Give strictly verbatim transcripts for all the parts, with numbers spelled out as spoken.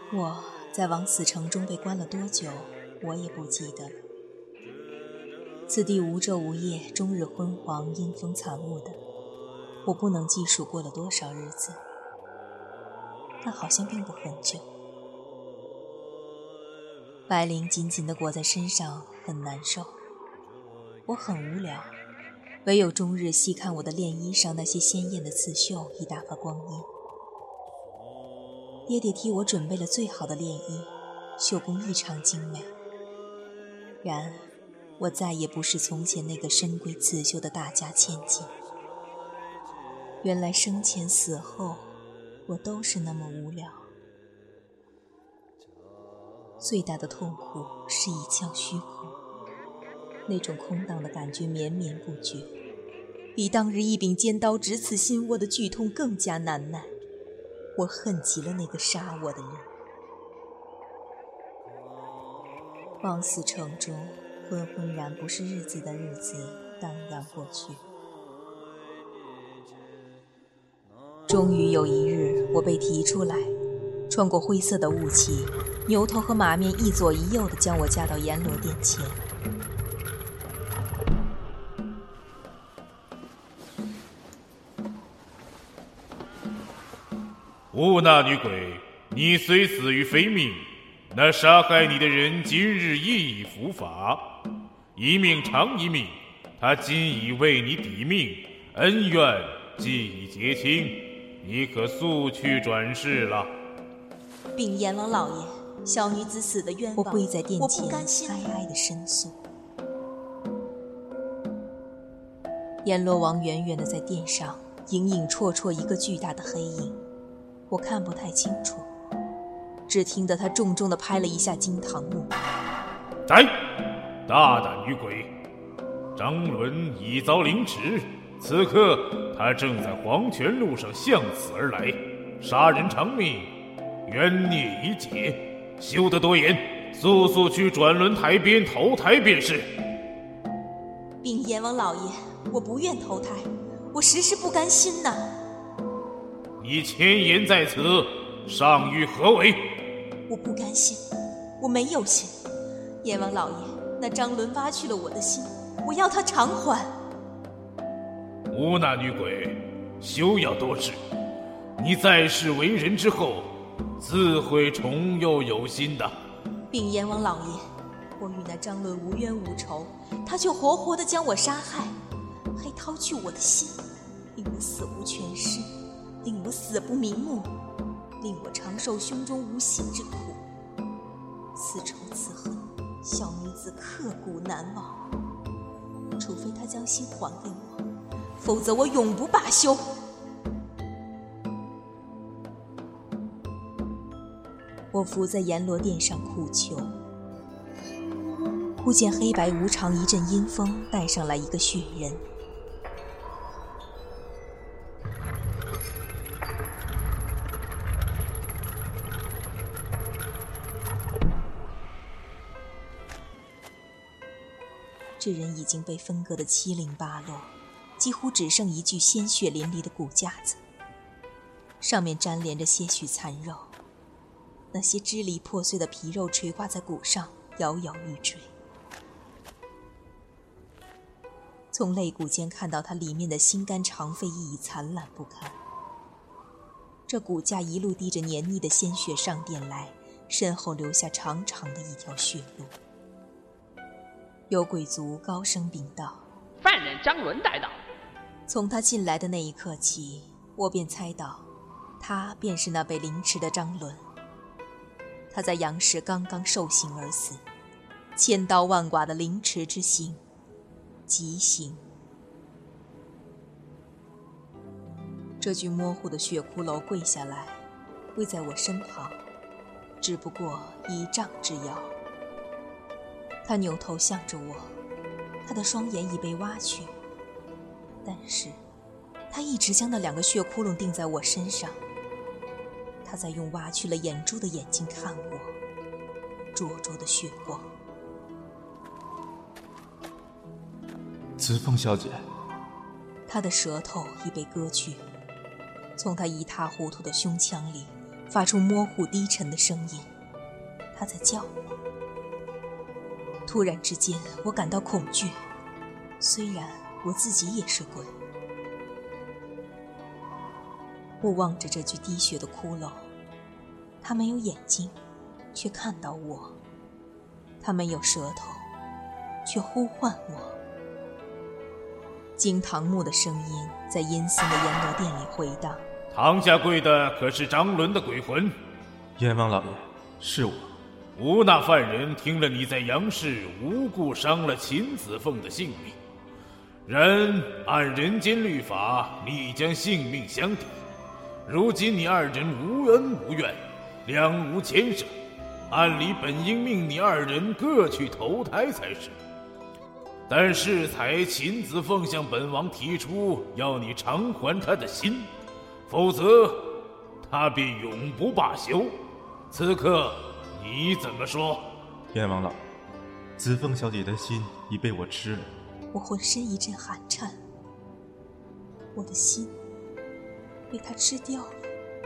我在枉死城中被关了多久，我也不记得了。此地无昼无夜，终日昏黄，阴风惨雾的，我不能计数过了多少日子，但好像并不很久。白绫紧紧地裹在身上，很难受。我很无聊，唯有终日细看我的练衣上那些鲜艳的刺绣，以打发光阴。爹爹替我准备了最好的练衣，绣工异常精美。然我再也不是从前那个深闺刺绣的大家千金。原来生前死后，我都是那么无聊。最大的痛苦是一腔虚空，那种空荡的感觉绵绵不绝，比当日一柄尖刀直刺心窝的剧痛更加难耐。我恨极了那个杀我的人。枉死城中，昏昏然不是日子的日子荡漾过去。终于有一日，我被提出来，穿过灰色的雾气，牛头和马面一左一右地将我架到阎罗殿前。 乌那女鬼，你虽死于非命，那杀害你的人今日亦已伏法，一命偿一命，他今已为你抵命，恩怨既已结清，你可速去转世了。 禀阎王老爷，小女子死的冤枉，我跪在殿前，哀哀地申诉。阎罗王远远地在殿上，影影绰绰一个巨大的黑影，我看不太清楚，只听得他重重地拍了一下惊堂木。 来，大胆女鬼！张伦已遭凌迟，此刻他正在黄泉路上向此而来，杀人偿命，冤孽已解，休得多言，速速去转轮台边投胎便是。 禀阎王老爷，我不愿投胎，我实是不甘心呐。 你千言在此，上欲何为？ 我不甘心，我没有心。阎王老爷，那张伦挖去了我的心，我要他偿还。 乌那女鬼，休要多事，你在世为人之后，自会重又有心的。 禀阎王老爷，我与那张伦无冤无仇，他却活活地将我杀害，还掏去我的心，令我死无全尸，令我死不瞑目，令我长受胸中无心之苦。此仇此恨，小女子刻骨难忘。除非他将心还给我，否则我永不罢休。我伏在阎罗殿上苦求，忽见黑白无常一阵阴风，带上来一个血人。这人已经被分割得七零八落，几乎只剩一具鲜血淋漓的骨架子，上面沾连着些许残肉，那些支离破碎的皮肉垂挂在骨上，摇摇欲坠。从肋骨间看到他里面的心肝肠肺亦已残烂不堪。这骨架一路滴着黏腻的鲜血上殿来，身后留下长长的一条血路。有鬼卒高声禀道： 犯人张伦带到。 从他进来的那一刻起，我便猜到他便是那被凌迟的张伦。他在阳世刚刚受刑而死，千刀万剐的凌迟之刑，极刑。这具模糊的血骷髅跪下来，跪在我身旁，只不过一丈之遥。他扭头向着我，他的双眼已被挖去，但是他一直将那两个血窟窿钉在我身上。他在用挖去了眼珠的眼睛看我，灼灼的血光。 子凤小姐， 他的舌头已被割去，从他一塌糊涂的胸腔里发出模糊低沉的声音，他在叫我。突然之间，我感到恐惧，虽然我自己也是鬼。我望着这具滴血的骷髅，他没有眼睛，却看到我；他没有舌头，却呼唤我。金堂木的声音在阴森的阎罗殿里回荡。 堂下跪的可是张伦的鬼魂？ 阎王老爷，是我。 吴那犯人听了你在杨氏无故伤了秦子凤的性命，然按人间律法，你将性命相抵。如今你二人无恩无怨，两无牵涉，按理本应命你二人各去投胎才是。但是才秦子凤向本王提出要你偿还他的心，否则他便永不罢休。此刻你怎么说？ 阎王老爷，子凤小姐的心已被我吃了。 我浑身一阵寒颤，我的心被他吃掉了。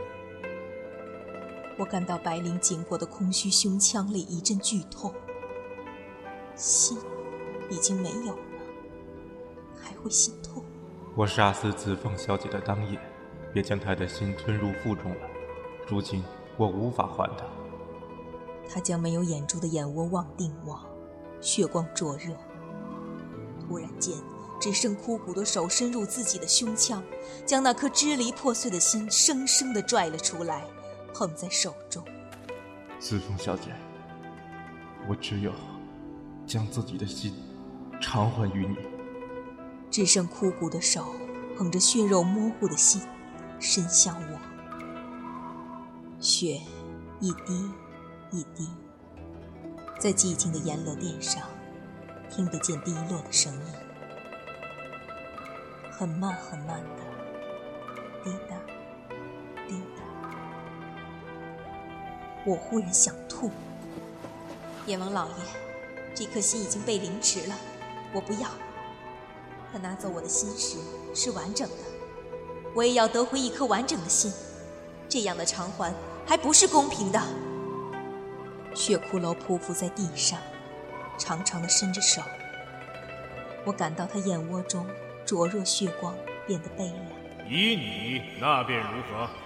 我感到白绫紧裹的空虚胸腔里一阵剧痛，心已经没有了，还会心痛。 我杀死子凤小姐的当夜，也将她的心吞入腹中了，如今我无法还她。 他将没有眼珠的眼窝望定我，血光灼热。突然间，只剩枯骨的手伸入自己的胸腔，将那颗支离破碎的心生生地拽了出来，捧在手中。 子凤小姐，我只有将自己的心偿还于你。 只剩枯骨的手捧着血肉模糊的心伸向我，血一滴一滴，在寂静的阎罗殿上听得见滴落的声音，很慢很慢的滴答滴答。我忽然想吐。阎王老爷，这颗心已经被凌迟了，我不要。他拿走我的心时是完整的，我也要得回一颗完整的心，这样的偿还还不是公平的。血骷髅匍匐在地上，长长的伸着手，我感到他眼窝中灼热血光变得悲凉。 依你那便如何？